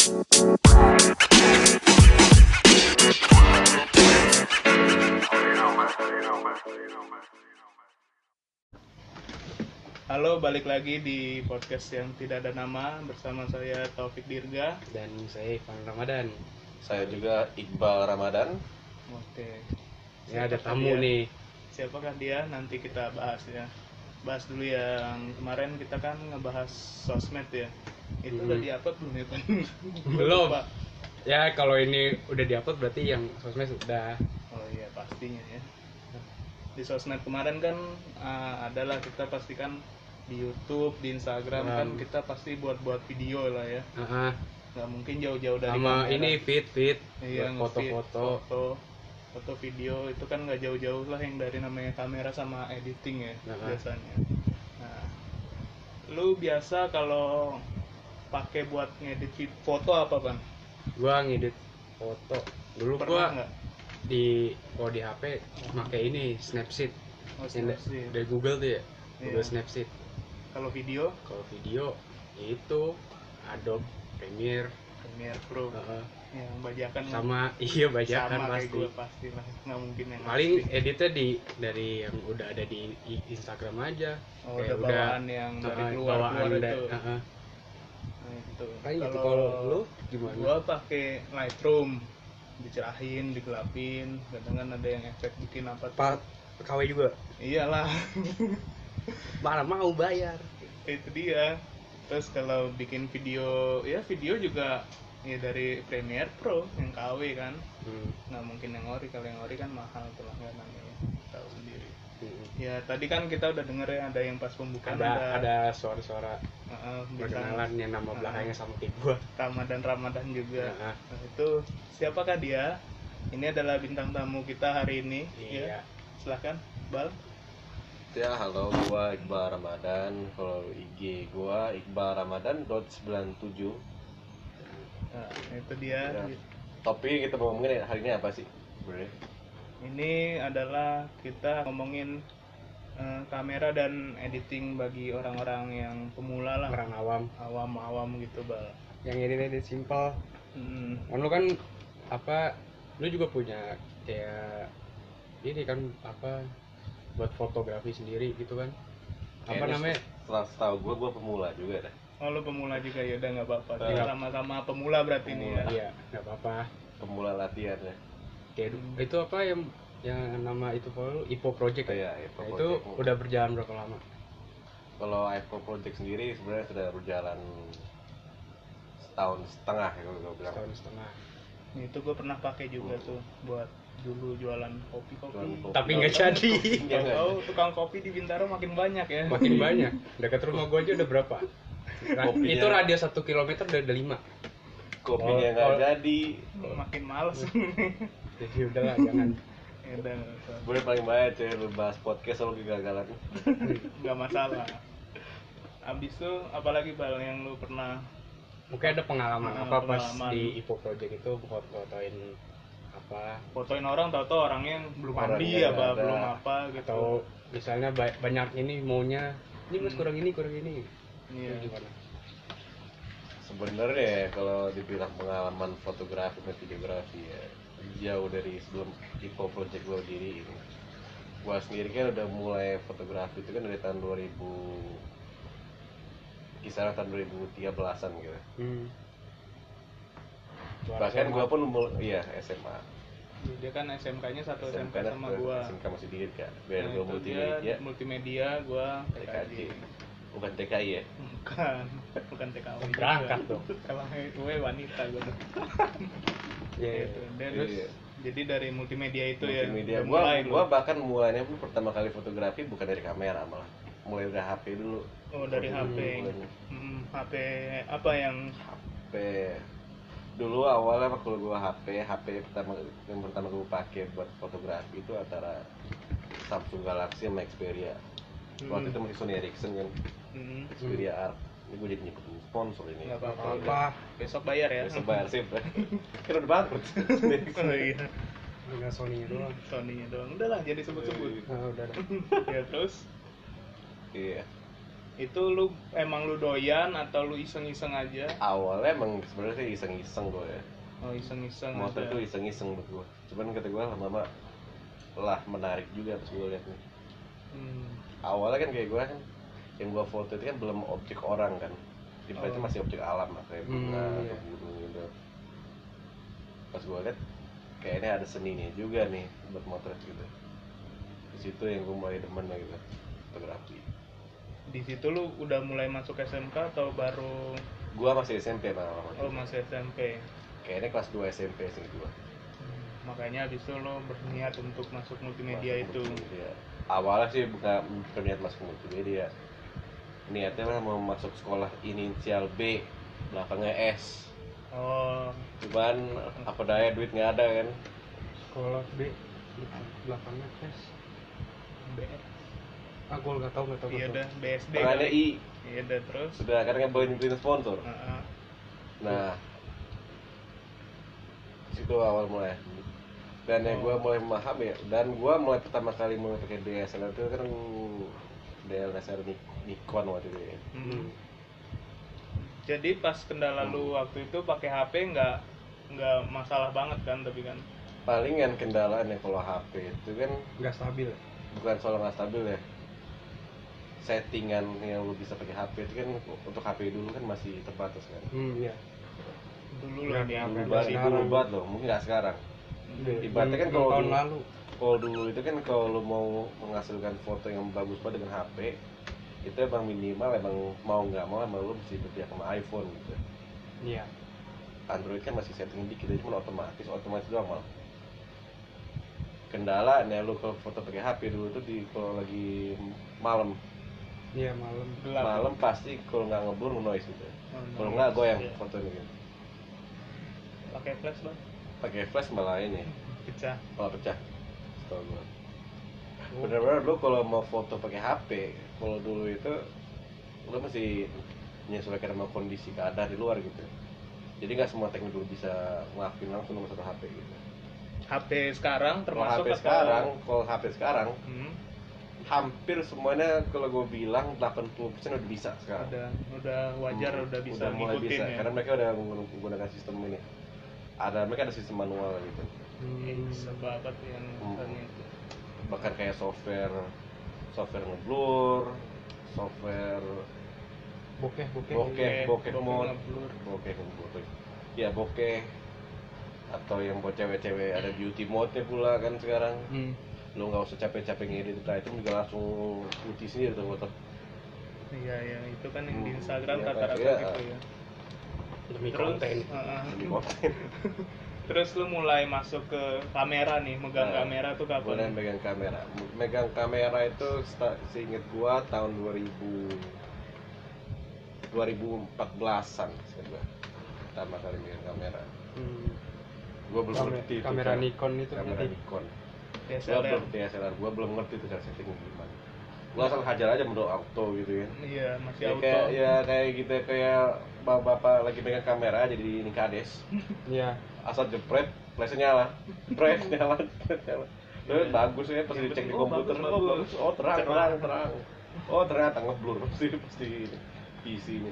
Halo, balik lagi di podcast yang tidak ada nama bersama saya Taufik Dirga. Dan saya Ivan Ramadan. Saya juga Iqbal Ramadan. Oke. Ya ada Siapakah tamu dia? nih. Siapakah dia? Nanti kita bahas ya. Bahas dulu yang kemarin kita kan ngebahas sosmed ya. Itu udah di-upload belum ya, Pan? Belum. Lupa. Ya kalau ini udah diupload berarti yang sosmed sudah. Oh iya, pastinya ya. Di sosmed kemarin kan adalah kita pastikan di YouTube, di Instagram kan kita pasti buat video lah ya. Nggak mungkin jauh-jauh dari Sama kamera. ini feed Iya, buat foto-foto. foto video itu kan nggak jauh-jauh lah yang dari namanya kamera sama editing ya biasanya. Nah, lu biasa kalau pakai buat ngedit foto apa, Bang? Gua ngedit foto. Dulu Pernah gua nggak? kalau di HP pakai ini Snapseed. Oh, Yang Snapseed. dari Google tuh ya. Google Iya. Snapseed. Kalau video Kalau video itu Adobe Premiere. Pro. Heeh. Yang bajakan Sama iya bajakan sama kayak pasti. gue pasti lah, nggak mungkin yang Paling asli. editnya dari yang udah ada di Instagram aja. Oh, Kayak udah bawaan yang dari luar bawaan itu. heeh. Nah, itu. Kayak gitu. Kalau lu gimana? Gua pakai Lightroom, dicerahin, digelapin, kadang kan ada yang efek bikin apa tuh. Pak KW juga. Iyalah. Mana mau bayar. Itu dia. Terus kalau bikin video, ya video juga ya dari Premiere Pro yang KW kan. Nggak mungkin yang ori, kalau yang ori kan mahal tuh langganannya ya. Tahu sendiri. Ya tadi kan kita udah denger ya, ada yang pas pembukaan Ada suara-suara bintang perkenalan yang nama belakangnya sama kayak gua. Ramadan juga. Nah. Nah, itu siapakah dia? Ini adalah bintang tamu kita hari ini. Iya. Ya. Silakan, Bal. Ya, halo, gua Iqbal Ramadan. Kalau IG gua Iqbal Ramadan.97. Nah, itu dia. Ya. Topik yang kita mau ngomongin hari ini apa sih? Sebenarnya Ini adalah kita ngomongin kamera dan editing bagi orang-orang yang pemula lah, Orang awam gitu, Bal. yang edit simple. Kan lu kan lu juga punya kayak ini kan buat fotografi sendiri gitu kan. kayaknya Namanya? setelah setahu gua pemula juga dah. Oh, lu pemula juga ya, udah nggak apa-apa. Kita sama-sama pemula berarti ini ya. Iya, nggak apa-apa. Pemula latihan ya. Kayak itu apa yang nama itu follow Ipo Project ya? Iya, Ipo Nah, Project. itu udah berjalan berapa lama? Kalau Ipo Project sendiri sebenarnya sudah berjalan setahun setengah ya kalau gua bilang. Setahun setengah. Itu gue pernah pakai juga tuh buat dulu jualan kopi. Tapi nggak jadi. Tahu tukang kopi di Bintaro makin banyak ya. Makin banyak. Dekat rumah gua aja udah berapa? Kopinya- Itu radius 1 km udah 5. Kopinya nggak jadi. Makin males. Jadi udahlah jangan. Ya udah nggak usah. Gue paling banyak cuy lu bahas podcast selalu kegagalan. Nggak masalah. Abis itu apalagi Bal yang lu pernah Mungkin ada pengalaman apa pas pengalaman. di Ipo Project itu fotoin apa fotoin orang, tahu-tahu orangnya yang belum Orangnya mandi nggak apa ada. belum apa gitu. atau misalnya banyak ini maunya ini mas kurang ini. Iya. Itu gimana? Sebenarnya ya, kalau dibilang pengalaman fotografi dan videografi ya jauh dari sebelum Ipo Project gue diri ini. Gue sendiri kan udah mulai fotografi itu kan dari tahun 2000, kisaran tahun 2013an gitu. Bahkan gue pun SMA. Dia kan SMK-nya satu SMK kan sama gua. SMK masih dikit kan. Biar Nah, gue itu multimedia, dia multimedia, gua TKJ. TKJ. Bukan TKI ya. Bukan TKW. Berangkat juga. dong. Kalau gue wanita gua tuh. Iya. Gitu. Dari, Iya. Jadi dari multimedia itu Multimedia. ya. udah mulai lu. Gua bahkan mulainya pun pertama kali fotografi bukan dari kamera malah. Mulai dari HP dulu. Oh, dari HP. Mulainya. HP apa yang HP dulu awalnya waktu gua HP yang pertama gua pakai buat fotografi itu antara Samsung Galaxy sama Xperia. Waktu itu masih Sony Ericsson kan. Xperia Art. Ini gue jadi nyebutin sponsor ini. nggak apa-apa. Besok bayar ya. Besok bayar sih. Kan udah bangkrut. Oh iya. Enggak Sony-nya doang. Sony-nya doang. Udahlah, jadi sebut-sebut. Nah, udah. Ya terus Iya. Itu lu emang lu doyan atau lu iseng-iseng aja? Awalnya emang sebenarnya sih iseng-iseng gue ya. Oh, iseng-iseng Motor aja. tuh iseng-iseng buat gue. Cuman kata gue lama-lama lah menarik juga pas gue lihat nih. Awalnya kan kayak gue kan yang gue foto itu kan belum objek orang kan. Ibaratnya masih objek alam lah, kayak bunga atau gunung gitu. Pas gue lihat kayaknya ada seninya juga nih buat motret gitu. Di situ yang gue mulai demen lah gitu, fotografi. Di situ lu udah mulai masuk SMK atau baru? Gua masih SMP malah. Oh, masih SMP. Kayaknya kelas 2 SMP sih gua. Makanya habis itu lo berniat untuk masuk multimedia Masuk itu. multimedia. Awalnya sih bukan berniat masuk multimedia. Niatnya mah mau masuk sekolah inisial B, belakangnya S. Oh, Cuman apa daya duit nggak ada kan. Sekolah B belakangnya S. BS. Gue nggak tahu. Iya dah, BSD. Tengahnya I. Iya dah, terus. Sudah karena kan beliin sponsor. Heeh. Nah, situ awal mulai. Dan ya gue mulai memahami ya. Dan gue mulai pertama kali mulai pakai DSLR itu kan DSLR Nikon waktu itu ya. Jadi pas kendala lu waktu itu pakai HP nggak masalah banget kan, tapi kan Palingan kendalanya kalau HP itu kan nggak stabil. bukan soal nggak stabil ya. Settingan yang lu bisa pakai HP itu kan untuk HP dulu kan masih terbatas kan. Iya. dulu loh Nggak nih kayak Dulu HP banget, sekarang. dulu banget loh, mungkin nggak sekarang. Ibaratnya kan 6 kalau tahun dulu- lalu. Kalau dulu itu kan kalau lu mau menghasilkan foto yang bagus banget dengan HP, itu emang minimal emang mau nggak mau emang lu mesti berpihak sama iPhone gitu. Iya. Android kan masih setting dikit, itu cuma otomatis doang malah. Kendala nih lu kalau foto pakai HP dulu tuh kalau lagi malam Iya malam. gelap. malam pasti kalau nggak ngeblur noise gitu. Kalau noise, nggak goyang iya. foto ini gitu. Pakai flash bang, Pakai flash malah ini pecah. malah pecah. Setahu gua. Bener-bener lu kalau mau foto pakai HP, kalau dulu itu lu mesti menyesuaikan sama kondisi keadaan di luar gitu. Jadi nggak semua teknik dulu bisa ngelakuin langsung sama satu HP gitu. HP sekarang Kalau termasuk HP sekarang Hmm, hampir semuanya kalau gue bilang 80% udah bisa sekarang. udah wajar, udah bisa udah mulai ngikutin bisa ya. karena mereka udah menggunakan sistem ini. Mereka ada sistem manual gitu. Bisa banget yang itu. Bahkan kayak software ngeblur, software Bokeh. bokeh mode, ngeblur. bokeh ya bokeh, atau yang buat cewek-cewek ada beauty mode-nya pula kan sekarang. Lu nggak usah capek-capek ngedit itu juga langsung putih sendiri tuh foto. Iya, itu kan yang di Instagram Iya, rata-rata iya. gitu ya. Demi Terus, konten. Lebih konten. terus lu mulai masuk ke kamera nih, megang Nah, kamera tuh Boleh kapan? megang kamera itu seinget gua tahun 2014-an seinget gua. Pertama kali megang kamera. Gua belum ngerti itu Kamera cara- Nikon itu kamera berarti. Nikon. DSLR. Gua belum ngerti itu cara setting gimana. Gua asal hajar aja mode auto gitu ya. Iya, masih Ya, auto. kayak gitu kayak bapak lagi megang kamera jadi ini kades. Iya. Asal jepret, flashnya nyala. Jepret nyala. Terus bagus ya pas Yang dicek di penting, komputer. bagus. Bagus. Oh, terang. Cerah. Oh, ternyata ngeblur pasti ini. PC ini.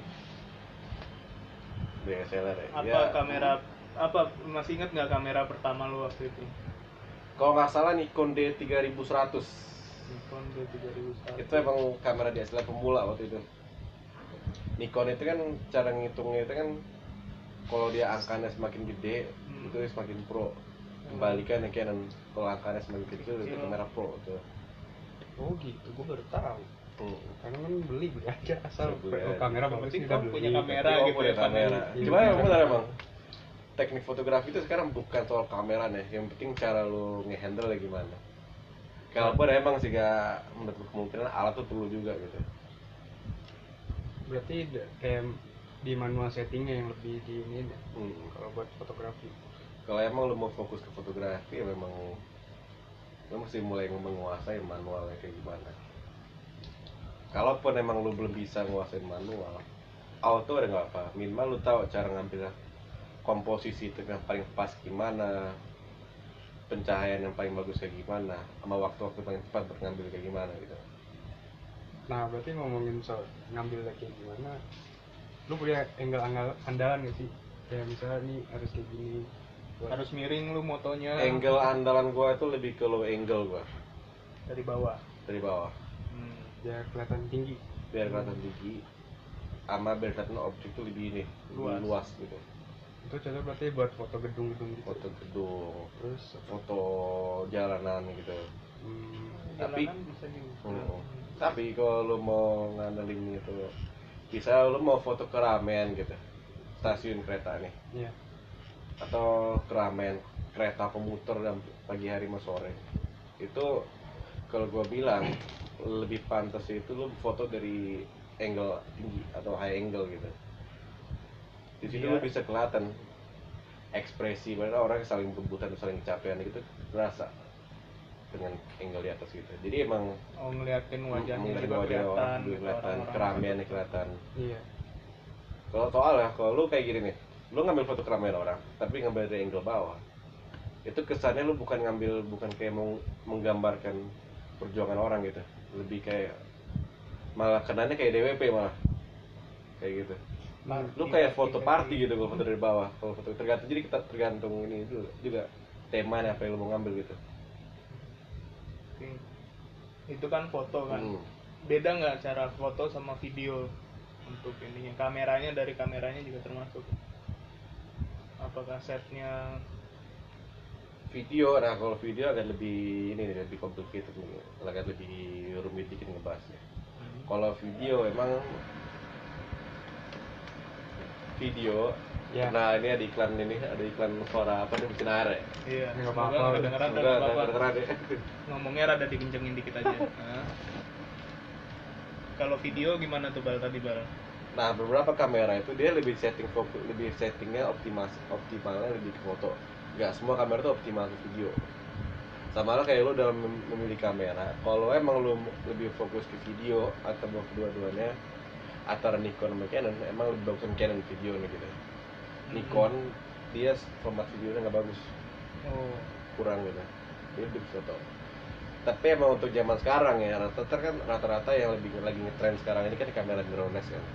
DSLR ya. Apa Ya, kamera, apa masih ingat nggak kamera pertama lu waktu itu? kalau nggak salah Nikon D3100. Nikon D3001. Itu emang kamera DSLR pemula waktu itu. Nikon itu kan cara ngitungnya itu kan kalau dia angkanya semakin gede itu semakin pro. Kembalikan yang Canon, kalau angkanya semakin kecil itu kamera pro tuh. Oh gitu, gue baru tahu. Karena kan beli aja asal Beli aja. kamera Yang bagus penting kita kamu beli. punya kamera Oh, gitu punya ya, Pan. kamera. Iya. Cuma emang benar emang teknik fotografi itu sekarang bukan soal kamera nih, yang penting cara lu ngehandle ya gimana. Kalaupun emang sih gak menurut kemungkinan alat tuh perlu juga gitu. Berarti kayak di manual settingnya yang lebih di ini deh, kalau buat fotografi. Kalau emang lu mau fokus ke fotografi ya memang lu mesti mulai menguasai manualnya kayak gimana. Kalaupun emang lu belum bisa nguasain manual, auto ada nggak apa, minimal lu tahu cara ngambil komposisi itu yang paling pas gimana, pencahayaan yang paling bagus kayak gimana, sama waktu-waktu paling tepat buat ngambil kayak gimana gitu. Nah berarti ngomongin soal ngambil kayak gimana, lu punya angle andalan gak sih? Kayak misalnya nih harus kayak gini, Harus miring lu motonya Angle andalan gua itu lebih ke low angle gua dari bawah. dari bawah, biar kelihatan tinggi. biar kelihatan tinggi, sama biar kelihatan objek itu lebih ini, lebih luas gitu. Itu contoh berarti buat foto gedung-gedung gitu. Foto gedung, Terus foto jalanan gitu. Tapi Jalanan bisa juga. tapi kalau lu mau ngandelin itu, bisa lu mau foto keramaian gitu, stasiun kereta nih, iya. atau keramaian kereta komuter dan pagi hari sama sore, itu kalau gua bilang lebih pantas itu lu foto dari angle tinggi atau high angle gitu. Di situ lu bisa kelihatan ekspresi mereka, orang yang saling berebutan, saling kecapean gitu berasa dengan angle di atas gitu. Jadi emang Ngeliatin wajahnya ngeliatin juga wajah orang, kelihatan, juga kelihatan orang-orang. keramaiannya kelihatan. Iya. Kalau soalnya kalau lu kayak gini nih, lu ngambil foto keramaian orang tapi ngambil dari angle bawah, itu kesannya lu bukan kayak mau menggambarkan perjuangan orang gitu, lebih kayak malah kenanya kayak DWP malah kayak gitu. Lu kayak foto party gitu kalau foto dari bawah. Kalau foto tergantung, jadi kita tergantung ini itu juga temanya apa yang lu mau ngambil gitu. Oke. Itu kan foto kan. Beda nggak cara foto sama video untuk ininya? Kameranya, dari kameranya juga termasuk. Apakah setnya? Video, nah kalau video agak lebih ini nih, lebih complicated nih, agak lebih rumit dikit ngebahasnya. Kalau video emang video, Ya. nah ini ada iklan suara apa nih, bikin air. Iya. Nggak Semoga apa-apa. nggak kedengeran dan Enggak nggak apa-apa. kedengeran ya. Ngomongnya rada dikencengin dikit aja. Nah. Kalau video gimana tuh Bal tadi Bal? Nah beberapa kamera itu dia lebih settingnya optimalnya lebih ke foto. Nggak semua kamera itu optimal ke video. Sama lah kayak lo dalam memilih kamera, kalau emang lo lebih fokus ke video atau mau kedua-duanya antara Nikon sama Canon, emang lebih bagus Canon video nih gitu. Nikon dia format videonya nggak bagus, kurang gitu, dia lebih foto. Tapi emang untuk zaman sekarang ya rata-rata yang lagi ngetrend sekarang ini kan kamera mirrorless kan.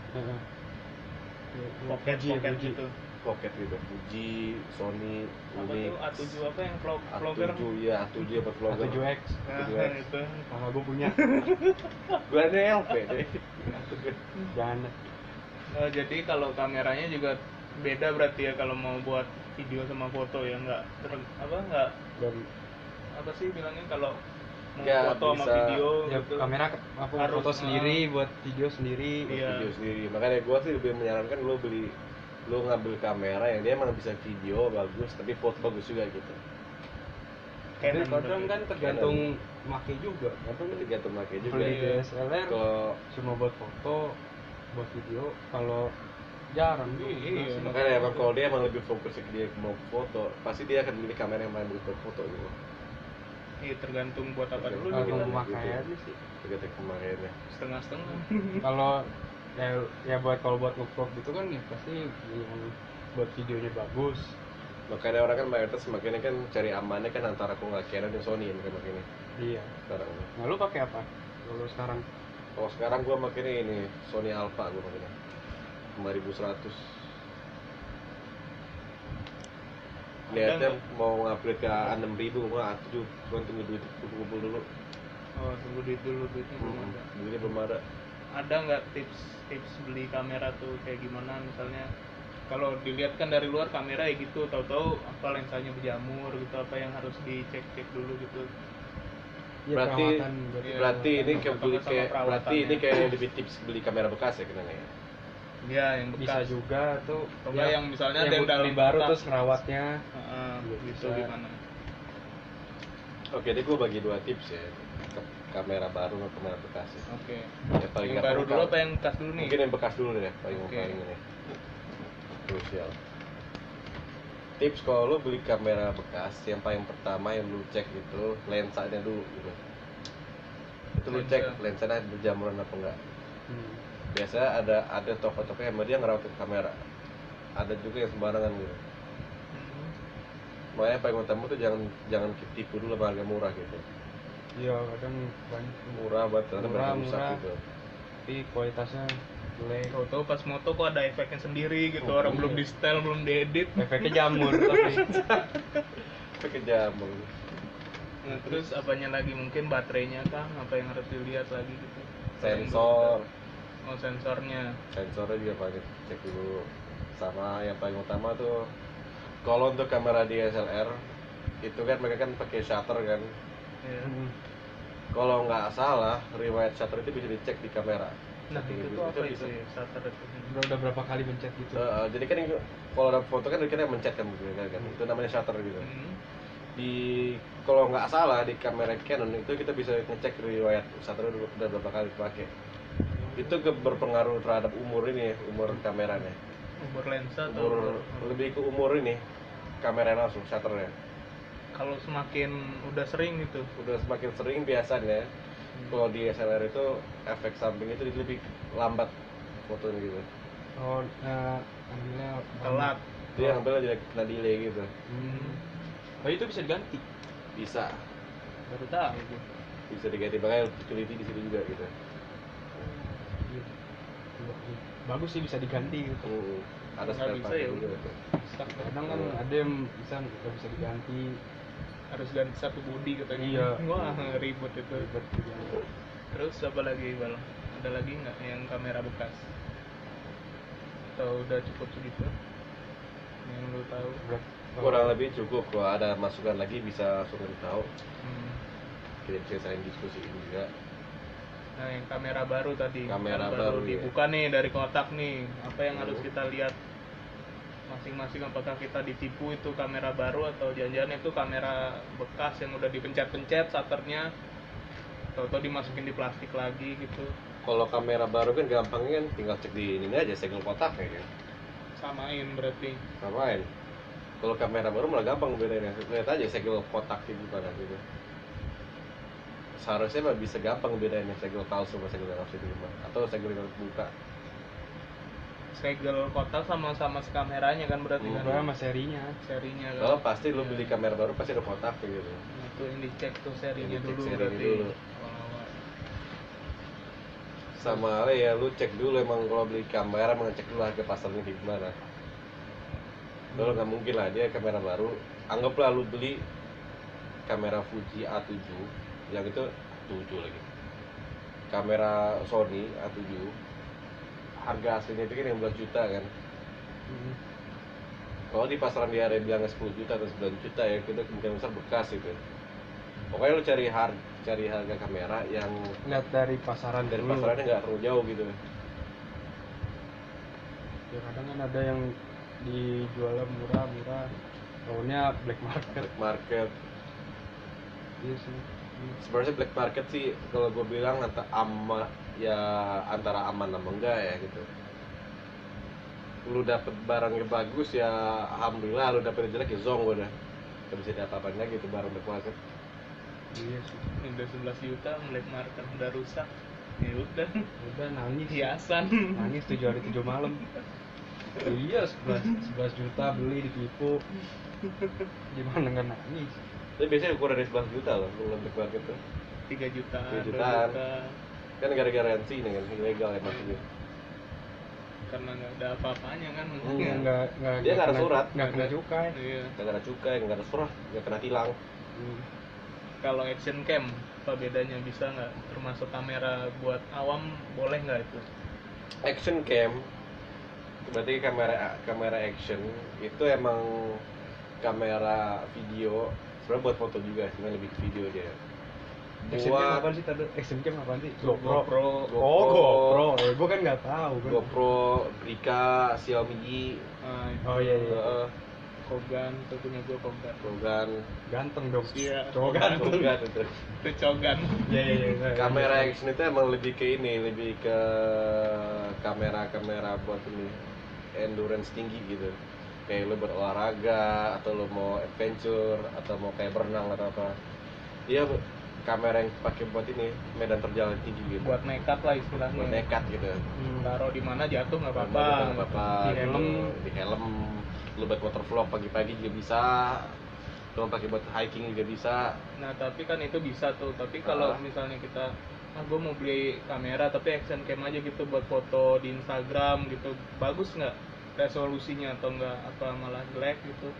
Pocket gitu. Pocket gitu, Fuji, Sony, Apa Lumix, tuh A7 apa yang vlogger? A7 ya, A7 apa vlogger? A7X. Nah, itu. Sama gue punya. Gue ada LP deh. Jangan. Jadi kalau kameranya juga beda berarti ya kalau mau buat video sama foto ya, nggak Dan apa sih bilangnya kalau mau Ya, foto sama bisa. video ya, gitu. kamera apa Harus, foto sendiri, buat video sendiri. Iya. Video sendiri. Makanya gue sih lebih menyarankan lo ngambil kamera yang dia emang bisa video bagus tapi foto bagus juga gitu. Tapi Canon kadang berarti. kan tergantung make juga. Kadang Tergantung pakai juga. beli Iya. DSLR Kalau cuma buat foto, buat video. Kalau jarang. Iya. makanya emang kalau dia emang lebih fokus ke dia mau foto, pasti dia akan milih kamera yang paling bagus buat foto gitu. Iya, tergantung buat apa dulu nih Kalau kita. pemakaiannya sih. Tergantung pemakaiannya. Setengah-setengah. Kalau ya kalau buat ngevlog gitu kan ya pasti yang buat videonya bagus. Makanya orang kan mayoritas makanya kan cari amannya kan antara aku nggak Canon dan Sony makanya Iya. sekarang. Nah lu pakai apa? Kalau sekarang? Kalau sekarang gua makanya ini Sony Alpha gua makanya 5100. Lihatnya mau ngupgrade ke A6000 gua A7, gua tunggu duit kumpul dulu. Oh, tunggu duitnya belum ada. Duitnya belum ada. Ada nggak tips beli kamera tuh kayak gimana? Misalnya kalau dilihat kan dari luar kamera ya gitu, tahu-tahu apa lensanya berjamur gitu, apa yang harus dicek dulu gitu. Ya, Berarti perawatan, berarti ini perawatan kayak beli sama kayak berarti ini perawatannya. kayak lebih tips beli kamera bekas ya kenanya ya. Ya, yang bisa bekas. juga tuh. Atau nggak yang misalnya ada yang beli dalam baru kotak. terus ngerawatnya. Gitu Bisa. gimana? Oke, jadi gua bagi dua tips ya. Kamera baru sama kamera bekas ya. Oke. Yang paling Yang gampang baru dulu kalau- apa yang bekas dulu nih? Mungkin yang bekas dulu deh, paling Oke. paling ini. Krusial. Tips kalau lu beli kamera bekas, yang paling pertama yang lu cek itu lensanya dulu gitu. Itu lu Lensa. cek lensanya berjamuran apa enggak. Biasanya ada toko-toko yang dia ngerawat kamera. Ada juga yang sembarangan gitu. Makanya yang paling utama tuh jangan tipu dulu sama harga murah gitu. Iya, kadang banyak murah banget ternyata Murah, mereka rusak murah. gitu. tapi kualitasnya jelek. Tahu-tahu pas moto kok ada efeknya sendiri gitu, orang Iya. belum di setel, belum diedit. Efeknya jamur tapi Pakai jamur. Nah, terus apanya lagi, mungkin baterainya kah, apa yang harus dilihat lagi gitu? Sensor, Oh, sensornya. sensornya juga pakai cek dulu. Sama yang paling utama tuh kalau untuk kamera DSLR itu kan mereka kan pakai shutter kan. Ya. Kalau nggak salah riwayat shutter itu bisa dicek di kamera. Nah, Setting itu tuh apa itu ya, shutter itu? udah berapa kali mencet gitu. Jadi kan kalau ada foto kan kita mencet kan gitu kan. Itu namanya shutter gitu. Di kalau nggak salah di kamera Canon itu kita bisa ngecek riwayat shutter udah berapa kali dipakai. Itu berpengaruh terhadap umur ini, umur kameranya. Umur lensa atau Umur lebih ke umur ini kamera langsung shutternya. kalau semakin udah sering gitu. Udah semakin sering biasanya kalau di SLR itu efek samping itu lebih lambat fotonya gitu. Oh, ambilnya Telat. Dia ngambilnya jadi kena delay gitu. Oh, itu bisa diganti. Bisa Baru tahu gue. bisa diganti, makanya utility di situ juga gitu. Iya. Bagus sih bisa diganti gitu. Ada Nggak spare bisa part ya juga udah. tuh. Stuck dah. Kadang kan ada yang bisa diganti. Harus ganti satu body katanya. Iya. Wah, ribet itu. Ribet diganti. Terus apa lagi, Bal? Ada lagi nggak yang kamera bekas? Atau udah cukup segitu? Yang lu tahu? Kurang lebih cukup. Kalau ada masukan lagi bisa langsung tahu. Kita bisa saling diskusi juga. Nah, yang kamera baru tadi. Kamera Kan baru, iya. dibuka nih dari kotak nih. Apa yang harus kita lihat? Masing-masing, apakah kita ditipu itu kamera baru atau jangan-jangan itu kamera bekas yang udah dipencet-pencet shutternya, atau dimasukin di plastik lagi gitu. Kalau kamera baru kan gampangnya kan tinggal cek di ini aja segel kotak ya kan. Samain berarti. Samain. Kalau kamera baru malah gampang bedainnya. Lihat aja segel kotak itu gimana gitu. Seharusnya mah bisa gampang bedainnya segel palsu sama segel asli itu gimana. Atau segel yang buka. Segel kotak sama-sama si kameranya kan berarti kan. Sama serinya. Serinya kan. Kalau pasti lu beli kamera baru pasti ada kotak kayak gitu. Nah, itu yang dicek tuh serinya Yang dicek dulu serinya berarti. dulu. Awal-awal. Sama halnya ya lu cek dulu emang kalau beli kamera emang cek dulu harga pasarnya kayak gimana. Kalau nggak mungkin lah dia kamera baru. Anggaplah lu beli kamera Fuji A7 yang itu 7 lagi. Kamera Sony A7 harga aslinya itu kan 15 juta kan. Kalau di pasaran dia ada yang bilangnya 10 juta atau 9 juta ya itu kemungkinan besar bekas itu. Pokoknya lu cari harga kamera yang Lihat dari pasaran dari dulu. pasarannya nggak terlalu jauh gitu. Ya kadang kan ada yang dijualnya murah, tahunnya black market. Black market. Iya sih. Sebenarnya black market sih kalau gue bilang antara aman sama enggak ya gitu. Lu dapet barangnya bagus ya alhamdulillah, lu dapet jelek ya zong udah. Gak bisa diapa-apain lagi gitu barang black market. Iya sih. Udah 11 juta black market udah rusak. Ya udah Nangis. hiasan. Nangis 7 hari 7 malam. Iya, 11 juta beli ditipu. Gimana nggak nangis? Tapi biasanya kurang dari 11 juta loh lu black market tuh. 3 jutaan, 3 2 jutaan. juta. Kan gara-gara garansi ini kan ilegal ya maksudnya. Karena nggak ada apa-apanya kan. Nggak Dia nggak ada kena- surat. nggak kena cukai. Iya. Nggak ada cukai, nggak ada surat, nggak kena tilang. Kalau action cam apa bedanya, bisa nggak termasuk kamera buat awam, boleh nggak itu? Action cam berarti kamera action itu emang kamera video sebenarnya buat foto juga sebenarnya lebih ke video dia. Action cam apaan sih tadi? Action cam apaan sih? GoPro. Oh, GoPro. Gue kan nggak tahu. Kan. GoPro, Rika, Xiaomi, Oh iya iya. Kogan, tuh punya gue Kogan. Kogan, Ganteng dong. Iya. Cowok ganteng. Kogan itu. Itu Cogan. Iya iya iya. Kamera action itu emang lebih ke ini, lebih ke kamera buat ini endurance tinggi gitu. Kayak lo berolahraga atau lo mau adventure atau mau kayak berenang atau apa. Dia kamera yang pakai buat ini medan terjal tinggi gitu. Buat nekat lah istilahnya. Buat nekat gitu. Taruh di mana jatuh nggak Nggak apa-apa. apa-apa. Di helm. Di helm. Lu buat watervlog pagi-pagi juga bisa. Kalau pakai buat hiking juga bisa. Nah tapi kan itu bisa tuh, tapi kalau misalnya kita gue mau beli kamera tapi action cam aja gitu buat foto di Instagram gitu, bagus nggak resolusinya atau nggak, apa malah jelek gitu?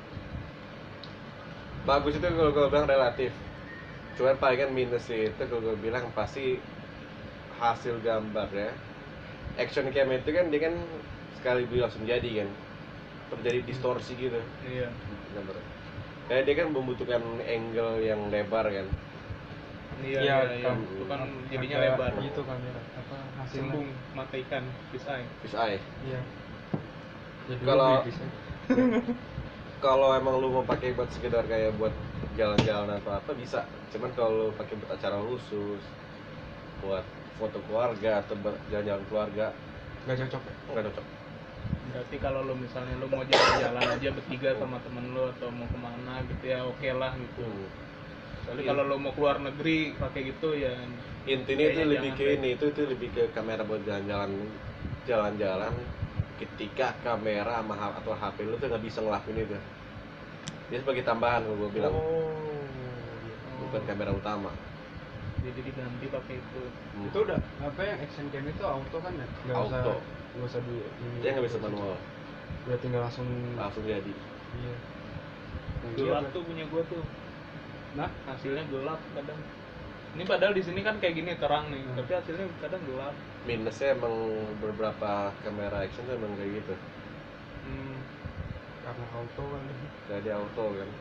Bagus itu kalau gue bilang relatif, cuman palingan minusnya itu kalau gue bilang pasti hasil gambar ya. Action cam itu kan dia kan sekali beli langsung jadi kan, terjadi distorsi gitu Iya. gambar. Kayak dia kan membutuhkan angle yang lebar kan. Iya. Itu kan jadinya lebar. Gitu kamera. Apa hasilnya? Sembung mata ikan, fisheye. Fisheye. Iya. Jadi Kalau- bisa. Kalau emang lu mau pakai buat sekedar kayak buat jalan-jalan atau apa bisa. Cuman kalau lu pakai buat acara khusus, buat foto keluarga atau jalan-jalan keluarga, Nggak cocok ya? nggak cocok. Berarti kalau lo misalnya lo mau jalan-jalan aja bertiga sama temen lo atau mau kemana gitu ya oke lah gitu. Soalnya Iya. kalau lo mau keluar negeri pakai gitu ya Intinya itu kayaknya lebih ke jangan ini, itu lebih ke kamera buat jalan-jalan ketika kamera sama atau HP lu tuh nggak bisa ngelakuin itu. Dia sebagai tambahan kalau gue bilang, Oh. bukan kamera utama. jadi diganti pakai itu. Itu udah apa yang action cam itu auto kan ya? Auto. Nggak usah di ini. Dia nggak bisa manual, Udah tinggal langsung. langsung jadi. Iya. Gelap tuh punya gua tuh. Nah, Hasilnya gelap kadang. Ini padahal di sini kan kayak gini terang nih, tapi hasilnya kadang gelap. Minusnya emang beberapa kamera action tuh emang kayak gitu, karena auto kan. jadi auto kan.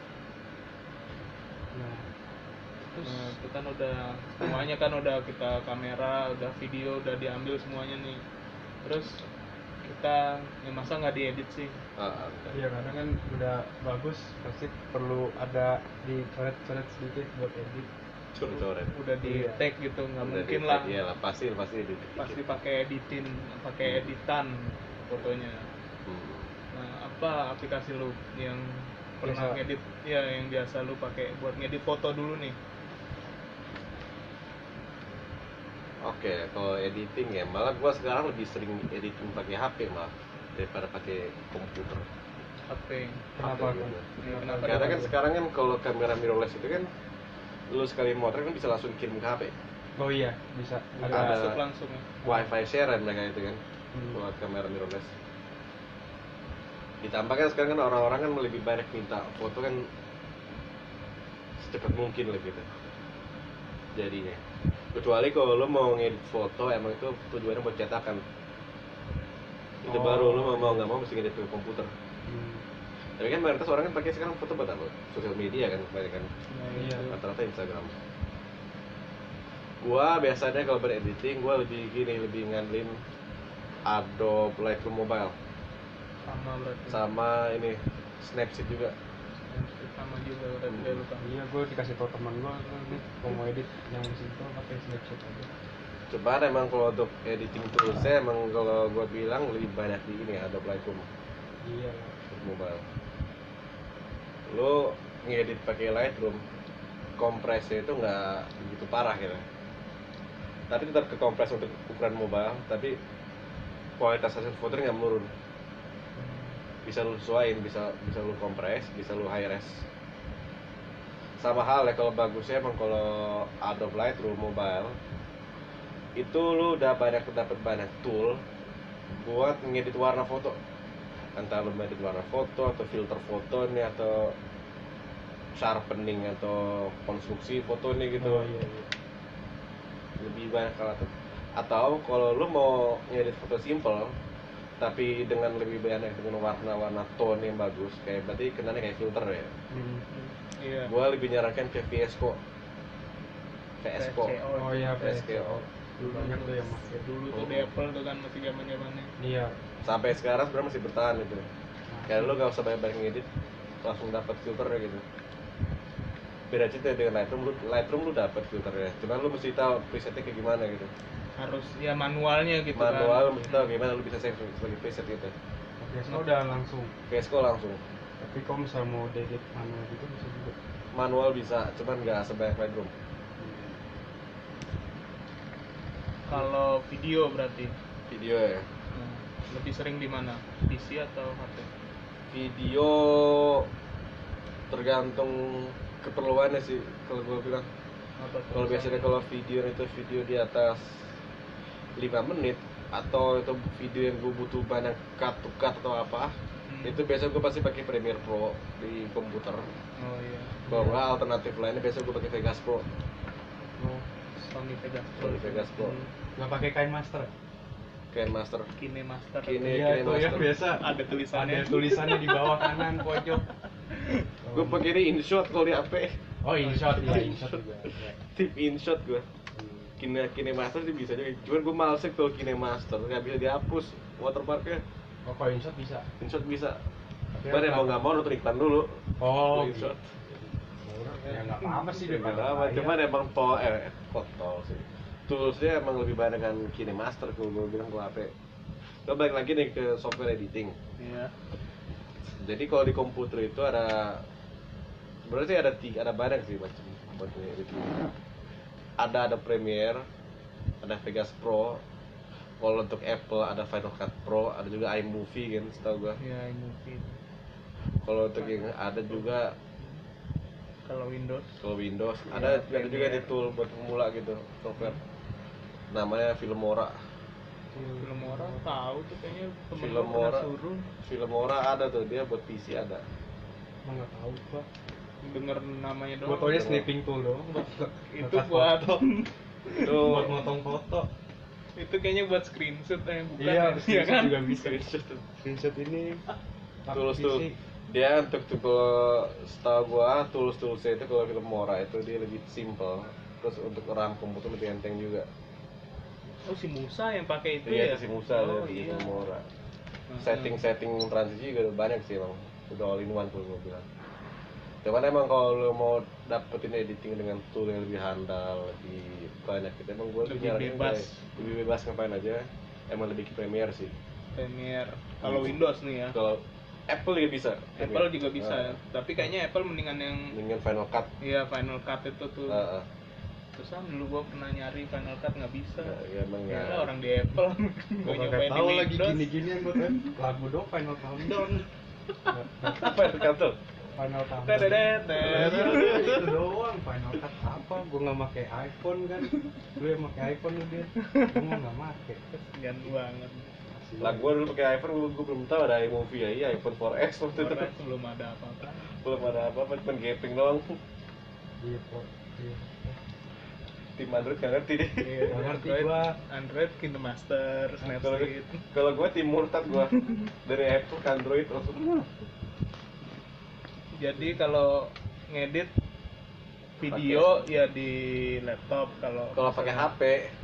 Nah, terus Nah, itu kan udah semuanya kan udah kita kamera, udah video, udah diambil semuanya nih. Terus kita ya masa nggak diedit sih? iya kadang kan udah bagus pasti perlu ada di coret-coret sedikit buat edit. Coret-coret. Udah di Iya. tag gitu, nggak Udah mungkin di- lah. Iya lah, pasti Pasti pakai editan fotonya. Nah, apa aplikasi lu yang pernah Biasa. ngedit ya, yang biasa lu pakai buat ngedit foto dulu nih? Oke, kalau editing ya, malah gua sekarang lebih sering editing pakai HP malah daripada pakai komputer. HP. Kenapa? HP gitu. Kenapa? Karena kan sekarang kan kalau kamera mirrorless itu kan lu sekali motret kan bisa langsung kirim ke HP. Oh iya, bisa. Ada- Masuk langsung ya. Wi-Fi share mereka itu kan buat kamera mirrorless. Ditambah kan sekarang kan orang-orang kan lebih banyak minta foto kan secepat mungkin lah gitu jadinya. Kecuali kalau lu mau ngedit foto emang itu tujuannya buat cetakan. Itu Oh. baru lu mau nggak mau mesti ngedit ke komputer. Hmm. Tapi kan mayoritas orang kan pakai sekarang foto buat apa? Sosial media kan kebanyakan, Iya. rata-rata Instagram. Gua biasanya kalau berediting gua lebih ngandelin Adobe Lightroom Mobile Sama berarti. sama ini Snapseed juga. Sama juga berarti kayak lu kan. Iya, gue dikasih tau teman gue nih kalau mau edit yang simple pakai Snapchat aja. Cuman emang kalau untuk editing toolsnya emang kalau gua bilang lebih banyak di ini Adobe Lightroom Iya. Mobile. Lo ngedit pakai Lightroom, kompresnya itu nggak begitu parah gitu. Tapi tetap kekompres untuk ukuran mobile, tapi kualitas hasil fotonya nggak menurun. Bisa lu sesuaiin, bisa lu kompres, bisa lu high res. Sama hal ya kalau bagusnya emang kalau Adobe Lightroom Mobile itu lu udah dapat banyak tool buat ngedit warna foto. Entah lu ngedit warna foto atau filter foto nih atau sharpening atau konstruksi foto nih gitu. Oh, iya. Lebih banyak alat. Atau kalau lu mau ngedit foto simple tapi dengan lebih banyak dengan warna-warna tone yang bagus, kayak berarti kenanya kayak filter ya. Iya. Gua lebih nyarankan ke VSCO. Oh iya, VSCO. Dulu banyak tuh yang pakai. Dulu tuh di Apple tuh kan masih zaman-zamannya. Iya. Sampai sekarang sebenarnya masih bertahan itu. Kayak lu gak usah banyak ngedit, langsung dapat filternya gitu. Beda cerita dengan Lightroom lu dapat filternya. Cuma lu mesti tahu presetnya kayak gimana gitu. Harus ya manualnya gitu Manual kan. mesti tahu gimana lu bisa save sebagai preset gitu. Biasanya udah langsung. VSCO langsung. Tapi kalau misalnya mau edit manual gitu bisa juga. Manual bisa, cuman nggak sebanyak Lightroom. Kalau video berarti Video ya. lebih sering di mana? PC atau HP? Video tergantung keperluannya sih kalau gue bilang. Apa tuh? Kalau biasanya kalau video itu video di atas 5 menit atau itu video yang gue butuh banyak cut to cut atau apa, itu biasa gue pasti pakai Premiere Pro di komputer. Oh iya. Kalau nggak alternatif lainnya biasa gue pakai Vegas Pro. Oh, Sony Vegas Pro. Sony Vegas Pro. nggak pakai kain master? Kayak master. Kine Master. Iya, itu yang biasa Ada tulisannya. ada tulisannya di bawah kanan pojok. Gue pakai ini InShot kalau di HP. Oh, InShot ya, InShot juga. Tip InShot gue. Kine Master sih bisa juga. Cuman gue males kalau Kine Master nggak bisa dihapus watermarknya. Oh, kalau InShot bisa. InShot bisa. Tapi Cuman mau nggak mau nonton iklan dulu. Oh, InShot. Ya nggak apa-apa sih Nggak daripada apa, bayar. cuman emang kotor sih. Toolsnya emang lebih banyak kan Kine Master kalau gue bilang kalau HP. Kita balik lagi nih ke software editing. Iya. Jadi kalau di komputer itu sebenarnya sih ada banyak sih macam buat editing. Ada Premiere, ada Vegas Pro. Kalau untuk Apple ada Final Cut Pro, ada juga iMovie kan setahu gua. Iya, mungkin. Kalau untuk yang ada juga Kalau Windows. ada Premiere. juga di tool buat pemula gitu software. Namanya Filmora. Filmora tahu tuh kayaknya temen gua Filmora. pernah suruh Filmora ada tuh, dia buat PC ada. Emang nggak tahu gua. denger namanya doang. Gua taunya sniping tool doang. Itu buat Itu buat motong foto. itu kayaknya buat screenshot bukan? Iya, ya screenshot kan? juga bisa. screenshot tuh. Screenshot ini Tools tuh. Dia untuk kalau setahu gua tools-toolsnya itu kalau Filmora itu dia lebih simple. Terus untuk RAM komputer lebih enteng juga. Oh, si Musa yang pakai itu Iya, ya? itu si Musa Oh, dari iya. Filmora. Setting transisi juga udah banyak sih emang. Udah all in one kalau gua bilang. Cuman emang kalau lo mau dapetin editing dengan tool yang lebih handal, lebih banyak gitu, emang gue Lebih bebas. lebih bebas ngapain aja, emang lebih ke Premiere sih. Premiere. Kalau Windows nih ya. Kalau Apple juga bisa. Apple juga bisa ya. Nah, Tapi kayaknya Apple mendingan yang dengan Final Cut. iya Final Cut itu tuh. Heeh. Terus dulu gua pernah nyari Final Cut nggak bisa. Ya, emang Ya ya. orang di Apple. Gua Gua nggak nyobain di tahu lagi Windows. gini-gini yang buat lagu dong Final Countdown. Apa itu kantor? Final Countdown. Tetetet. Itu doang Final Cut apa? Gua nggak pakai iPhone kan. Lu yang pakai iPhone lu dia. Gua nggak pakai. Segan banget. Lah gue dulu pakai iPhone, gue belum tahu ada iMovie ya, iya iPhone 4S waktu itu. Orang belum ada apa-apa. Belum ada apa-apa, cuma gaping doang. Iya, Pak. Iya. Tim Android nggak ngerti deh. Iya, Nggak ngerti Android- gua. Android Kinemaster, Snapseed. Kalau gue tim murtad gue dari Apple ke Android langsung. Jadi kalau ngedit video ya di laptop Kalau pakai HP,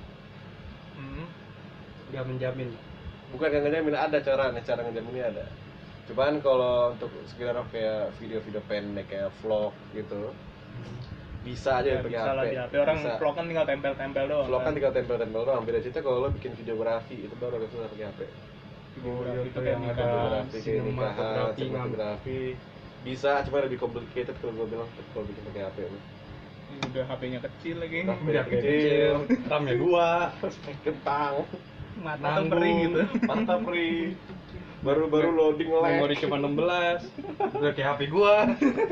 Hmm. Nggak menjamin. bukan yang ngejamin, ada cara ngejaminnya ada. Cuman kalau untuk sekedar kayak video-video pendek kayak vlog gitu, bisa aja Ya, pakai bisa HP. lah di HP. Orang Bisa. vlog kan tinggal tempel-tempel doang. Vlog kan tinggal tempel-tempel doang. Beda cerita kalau lo bikin videografi itu baru bisa pakai HP. Videografi Oh, itu iya, kayak yang ada nikahan. Videografi kayak nikahan, sinematografi, sinematografi. Bisa, cuma lebih complicated kalau gue bilang kalau bikin pakai HP. Udah HP-nya kecil lagi. Udah kecil, RAM-nya gua. kentang, Mata tuh Nanggung. perih gitu. mantap free. Baru loading Memori lag. cuma 16. Udah kayak HP gua.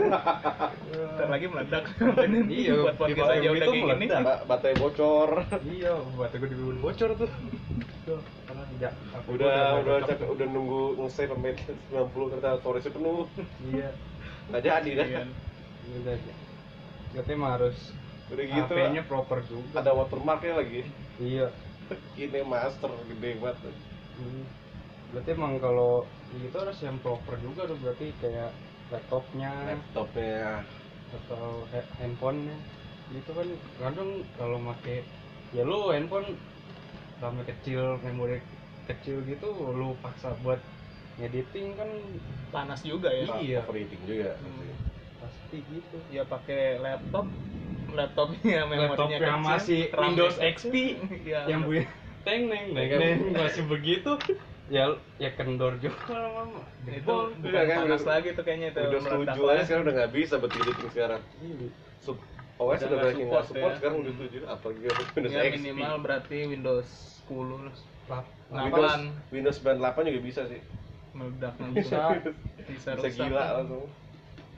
Ntar lagi meledak. Iya, buat podcast di aja bawah udah itu kayak gini. meledak. Baterai bocor. Iya, buat gue dibun bocor tuh. Tuh, karena tidak. Udah nunggu nge-save sampai 90 ternyata storage penuh. Iya. Nggak jadi dah. Iya. Udah aja. Katanya mah harus Udah gitu HP-nya proper juga. ada watermarknya lagi. Iya. Ini master gede banget. Hmm. Berarti emang kalau itu harus yang proper juga tuh, berarti kayak laptopnya Laptopnya atau handphonenya. Itu kan kadang kalau make ya lu handphone RAM kecil, memori kecil gitu lu paksa buat ngediting kan Panas juga ya. Iya. overheating juga. pasti gitu. Ya pakai laptopnya memorinya Laptop yang kecil, masih RAM-nya Windows kecil. XP Iya. yang bunyi teng neng neng neng masih begitu ya kendor juga lama-lama. itu Jebol. bukan Udah kan, panas udah- lagi tuh kayaknya itu Udah meledak 7 aja lah. sekarang udah nggak bisa buat editing sekarang. Iya. OS Udah udah nggak banyak yang nggak support support ya. sekarang udah 7 apalagi Windows Ya XP. minimal berarti Windows 10 lah. Lap- Windows Windows 98 juga bisa sih. Meledak Bisa. bisa Bisa rusak. gila langsung.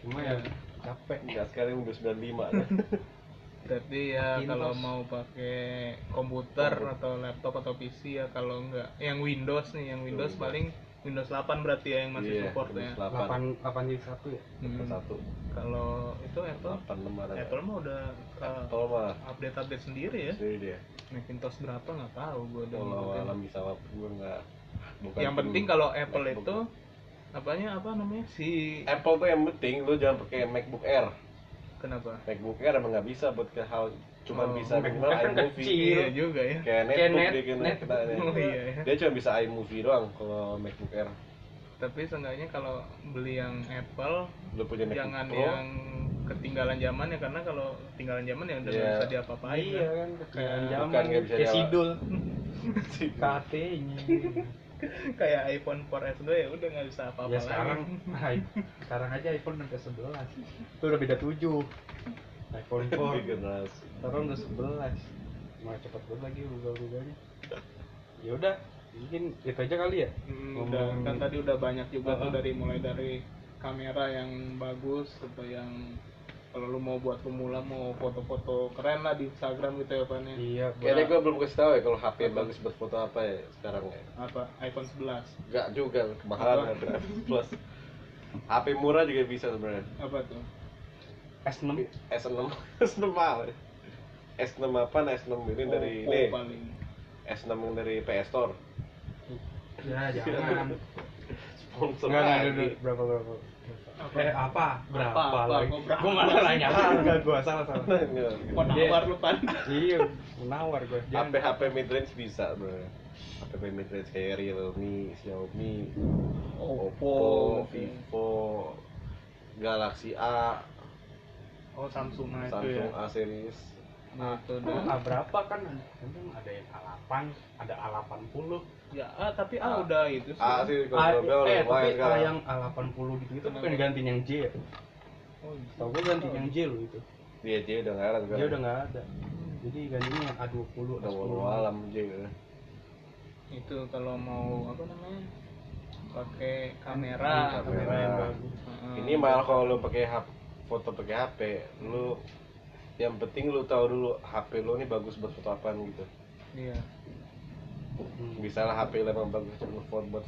cuma ya capek. Nggak sekarang Windows 95 kan. Tapi ya Macintosh. kalau mau pakai komputer atau laptop atau PC ya, kalau enggak yang Windows nih, yang Windows Windows. paling Windows 8 berarti ya yang masih Iya, support ya. Windows 8 8 jadi 1 ya. satu Kalau itu Apple 86 ada. Apple mah udah Apple mah update sendiri ya. sendiri dia. Macintosh berapa nggak tahu gue udah Kalau ngikutin. alam bisa gue nggak. Bukan Yang tim penting kalau Apple MacBook. itu apa namanya si Apple tuh yang penting lu jangan pakai MacBook Air. kenapa? MacBook Air emang nggak bisa buat ke hal cuma Oh, bisa MacBook minimal Air kan iMovie. kecil. Iya juga ya. Kayak Kayak netbook net- dia kena netbook. kita. Oh iya ya. Dia cuma bisa iMovie doang kalau MacBook Air. Tapi seenggaknya kalau beli yang Apple Lu punya MacBook jangan Pro, yang ketinggalan zaman ya, karena kalau ketinggalan zaman ya udah nggak Iya. bisa diapa-apain Iya kan. kan ketinggalan Kayak- zaman. bukan nggak bisa Kayak diapa- sidul. sih. KT-nya. Kayak iPhone 4S2 ya udah nggak bisa apa-apa Ya sekarang sekarang aja iPhone udah 11. Itu udah beda 7. iPhone 4. Generasi. Sekarang udah 11. Malah cepet banget lagi rubah-rubahnya. Ya udah, mungkin itu aja kali ya. Udah kan tadi udah banyak juga tuh Uh-huh. mulai dari kamera yang bagus atau yang kalau lu mau buat pemula mau foto-foto keren lah di Instagram gitu ya Pan ya. Iya, Kayaknya gue belum kasih tahu ya kalau HP bagus buat foto apa ya sekarang ya. Apa iPhone 11 Enggak juga kemahalan ada plus. HP murah juga bisa sebenarnya. apa tuh? S6. S6 S6 apa? S6 apa? S6 ini dari Oppo ini. paling. S6 yang dari PS Store. Ya, jangan. Sponsor Enggak lagi. ada berapa? Apa? Apa? Berapa Apa? lagi? Kok berapa? Gua enggak nanya harga, gua salah. Mau nawar lu Pan. Iya, menawar gua. HP mid-range bisa sebenarnya. HP mid-range kayak Realme, Xiaomi, Oppo, Vivo, Galaxy A, Oh Samsung itu Samsung ya. A series. Nah, itu A berapa kan? Kadang ada yang A8, ada A80. Ya, tapi udah itu sih. A sih A, kalau global tapi lumayan A sekarang. yang A80 gitu itu bukan digantiin yang J ya? Oh, Tau gue gantiin yang J loh itu. Dia J udah nggak ada sekarang. Dia udah nggak ada. Jadi gantinya yang A20, udah A10. walau alam J. itu kalau mau apa namanya? Pakai kamera. Kamera. yang bagus. Ini malah kalau lu pakai foto pakai HP, lu yang penting lu tahu dulu HP lu nih bagus buat foto apaan gitu. Iya. Misalnya HP lu emang bagus buat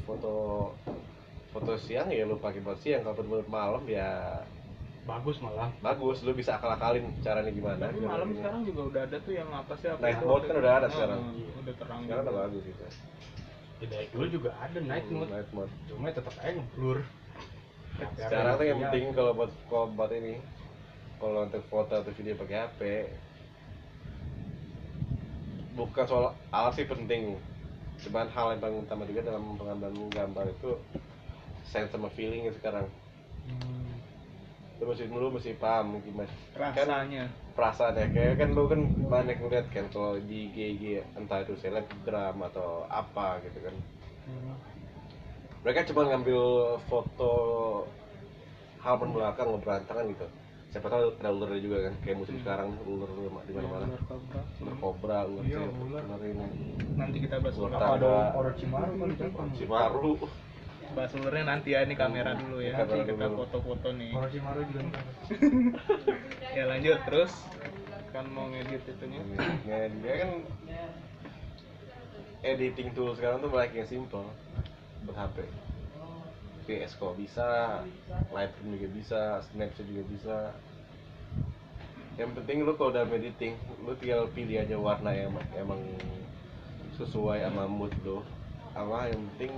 foto siang ya lu pakai buat siang, kalau buat malam ya Bagus malah. bagus, lu bisa akal-akalin caranya gimana. Tapi malam sekarang juga udah ada tuh yang apa sih? Night mode kan udah ada sekarang. Udah terang. Sekarang juga. udah bagus gitu. Dari dulu juga ada night mode. Night mode. Cuma tetap aja ngeblur. Sekarang tuh yang Iya. penting kalau buat ini, kalau untuk foto atau video pakai HP, bukan soal alat sih penting, cuman hal yang paling utama juga dalam pengambilan gambar itu sense sama feelingnya sekarang. Lu mesti paham gimana kan Rasanya. perasaannya, kayak kan lu kan banyak ngeliat kan kalau di IG entah itu selebgram atau apa gitu kan, mereka cuma ngambil foto halaman belakang berantakan gitu. Siapa tahu ada ular juga kan, kayak musim sekarang ular di mana-mana. Ular kobra. Ular kobra, ular Iya, cewek, ular. ular ini. Nanti kita bahas Ular ular. Apa tangga. ada orang Cimaru kan Jepang. Cimaru. Bahas ularnya nanti ya, ini kamera dulu ya. Kamera Nanti kita dulu. foto-foto nih. Orang Cimaru juga ntar. Ya lanjut terus. Kan mau ngedit itunya. Ya, dia kan editing tool sekarang tuh banyak yang simple buat HP. VS Code bisa, Lightroom juga bisa, Snapchat juga bisa. Yang penting lu kalau dalam editing, lu tinggal pilih aja warna yang emang sesuai sama mood lu. Sama yang penting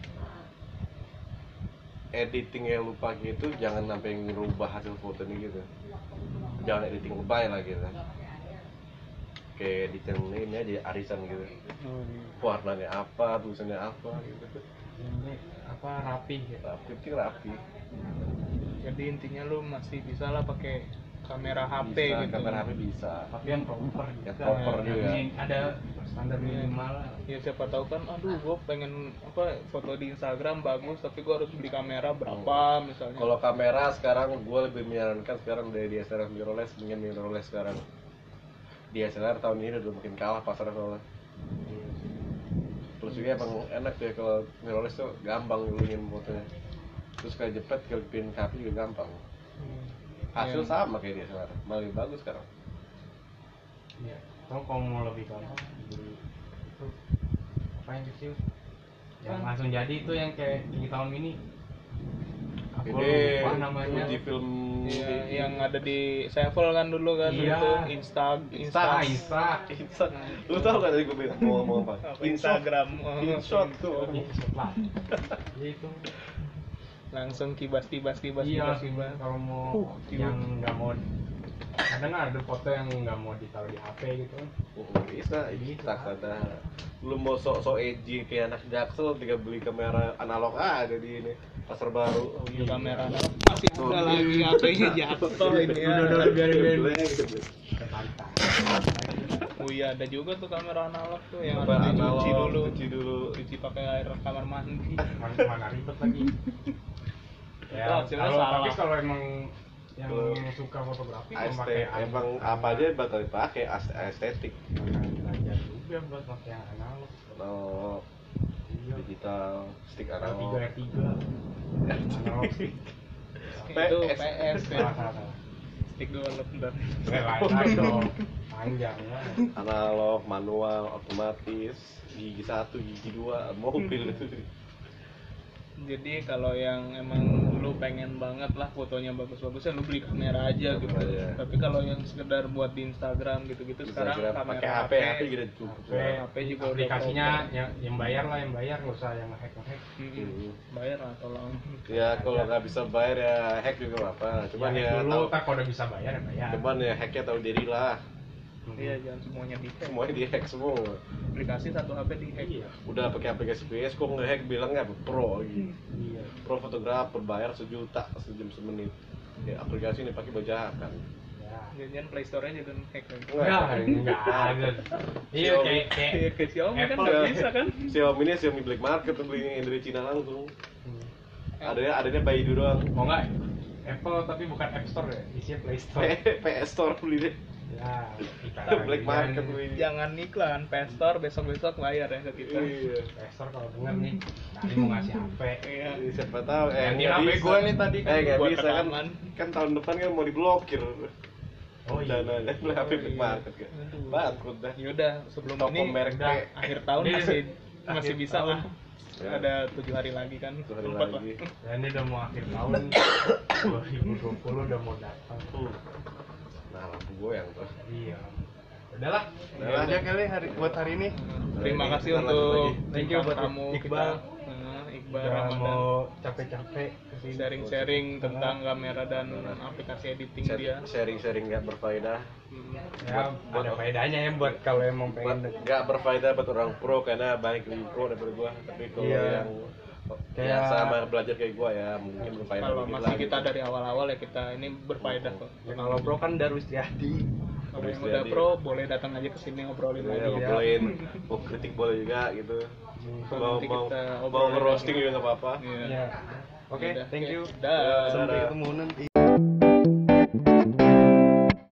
editing yang lu pakai itu jangan sampai ngerubah hasil fotonya gitu. Jangan editing lebay lah gitu. Kayak editing ini aja arisan gitu. Warnanya apa, tulisannya apa gitu. Ini apa rapi ya? Rapi, rapi. Jadi intinya lu masih bisa lah pakai kamera HP Bisa, gitu. kamera HP bisa. Tapi yang proper Yang juga. proper juga. Ada standar minimal. Ya siapa tahu kan, aduh gue pengen apa foto di Instagram bagus, tapi gue harus beli kamera berapa misalnya. Kalau kamera sekarang gue lebih menyarankan sekarang dari DSLR mirrorless, mendingan mirrorless sekarang. DSLR tahun ini udah makin kalah pasarnya soalnya. Terus juga emang enak deh kalau mirrorless tuh gampang ngulingin fotonya. Terus kayak jepret, kalau pin HP juga gampang. Hasil Yang- sama kayak dia sekarang, malah lebih bagus sekarang. Iya. Kalau mau lebih gampang beli itu apa yang kecil? Yang langsung jadi itu yang kayak di tahun ini. Aku Ini lupa namanya. uji film Iya, yang ada di Sevel kan dulu kan Iya. itu Insta. Insta. Lu tau gak tadi gue bilang mau ngomong apa? Apa, Instagram. InShot tuh. Insta lah. Ya itu. Langsung kibas Iya, kibas. kalau mau yang nggak mau kadang ada foto yang nggak mau ditaruh di HP gitu kan. Bisa, ada. Lu mau sok edgy kayak anak Jaksel, tinggal beli kamera analog ada di ini pasar baru. Oh iya, kamera analog masih ada lagi HP-nya jatuh ini ya. Udah biarin. Geblek. Kepantai. Oh iya, ada juga tuh kamera analog tuh yang Kamera harus analog, dicuci dulu. Cuci pakai air kamar mandi. Mana ribet lagi. Ya, Oh, hasilnya kalau salah. tapi kalau emang yang Kalau suka fotografi memakai Emang apa aja bakal dipakai estetik. belajar juga buat pakai yang analog. Analog, Iya. digital, stick R3 analog. R3 analog stick. Itu PS. PS ya. Salah. Stick golok bentar. Lain dong. Panjang ya. Analog, manual, otomatis, gigi 1, gigi 2, mobil itu. Jadi kalau yang emang lu pengen banget lah fotonya bagus-bagus ya lu beli kamera aja gitu. Aja. Tapi kalau yang sekedar buat di Instagram gitu-gitu sekarang kamera pakai HP gitu cukup. HP juga udah aplikasinya yang bayar lah, yang bayar nggak usah yang hack. bayar lah tolong. Ya kalau nggak bisa bayar ya hack juga nggak apa. Cuman Ya, ya dulu tahu. tak kalau udah bisa bayar ya bayar. Cuman ya hacknya tahu diri lah. Iya, jangan semuanya di hack. Semuanya di hack semua. Aplikasi satu HP di hack. Iya. Udah pakai aplikasi PS kok nge-hack bilangnya pro gitu. Iya. Pro fotografer bayar 1 juta sejam semenit. Ya aplikasi ini pakai bajakan. Ya. Jangan Play Store-nya juga hack kan. Enggak ada. Iya kayak Iya, ke Xiaomi kan Apple nggak ya. bisa kan? Xiaomi black market tuh beli dari Cina langsung. Hmm. Adanya Baidu doang. Oh enggak, Apple tapi bukan App Store ya, isinya Play Store. PS Store beli deh. Ya, Black market beli. Jangan iklan, PS Store besok-besok bayar ya ke kita. Iya. Play Store kalau denger nih, tadi mau ngasih HP. Iya. Siapa tahu Ganti nggak HP bisa. gue nih tadi kan nggak buat bisa kan rekaman. kan tahun depan kan mau diblokir Oh iya. dananya beli HP black market kan Aduh. bangkrut dah Yaudah, sebelum toko ini merek udah. P. akhir tahun Ini masih akhir bisa tahun. lah. Ya. Ada 7 hari lagi kan. 1 hari 4 lagi Dan ini udah mau akhir tahun 2020 udah mau datang. nah lampu goyang tuh Iya. Udahlah. Udahlah. Aja kali buat hari ini. Terima Ini kasih kita lanjut untuk lagi. Thank you buat kamu Iqbal. Iqbal Udah Ramadan. mau capek-capek kesini. Sharing-sharing tentang kamera dan aplikasi editing dia. sharing nggak berfaedah Ya, Buat- ada faedahnya ya buat kalau emang buat pengen nggak berfaedah buat orang pro karena banyak lebih pro daripada gua tapi kalau Iya. yang Kayak- sama belajar kayak gua ya mungkin berfaedah Kalau dikit masih lah kita gitu. dari awal-awal ya kita ini berfaedah kok. ya, kalau bro kan Darwis Triadi. Kalau yang Terus udah jadi- pro boleh datang aja ke sini ngobrolin Iya, lagi ya. ngobrolin mau kritik boleh juga gitu mau Nanti mau kita mau obrolin ngerosting lagi. juga nggak apa-apa Iya. Iya. Oke, Yaudah, thank you. Dah. Sampai Dadah. ketemu nanti.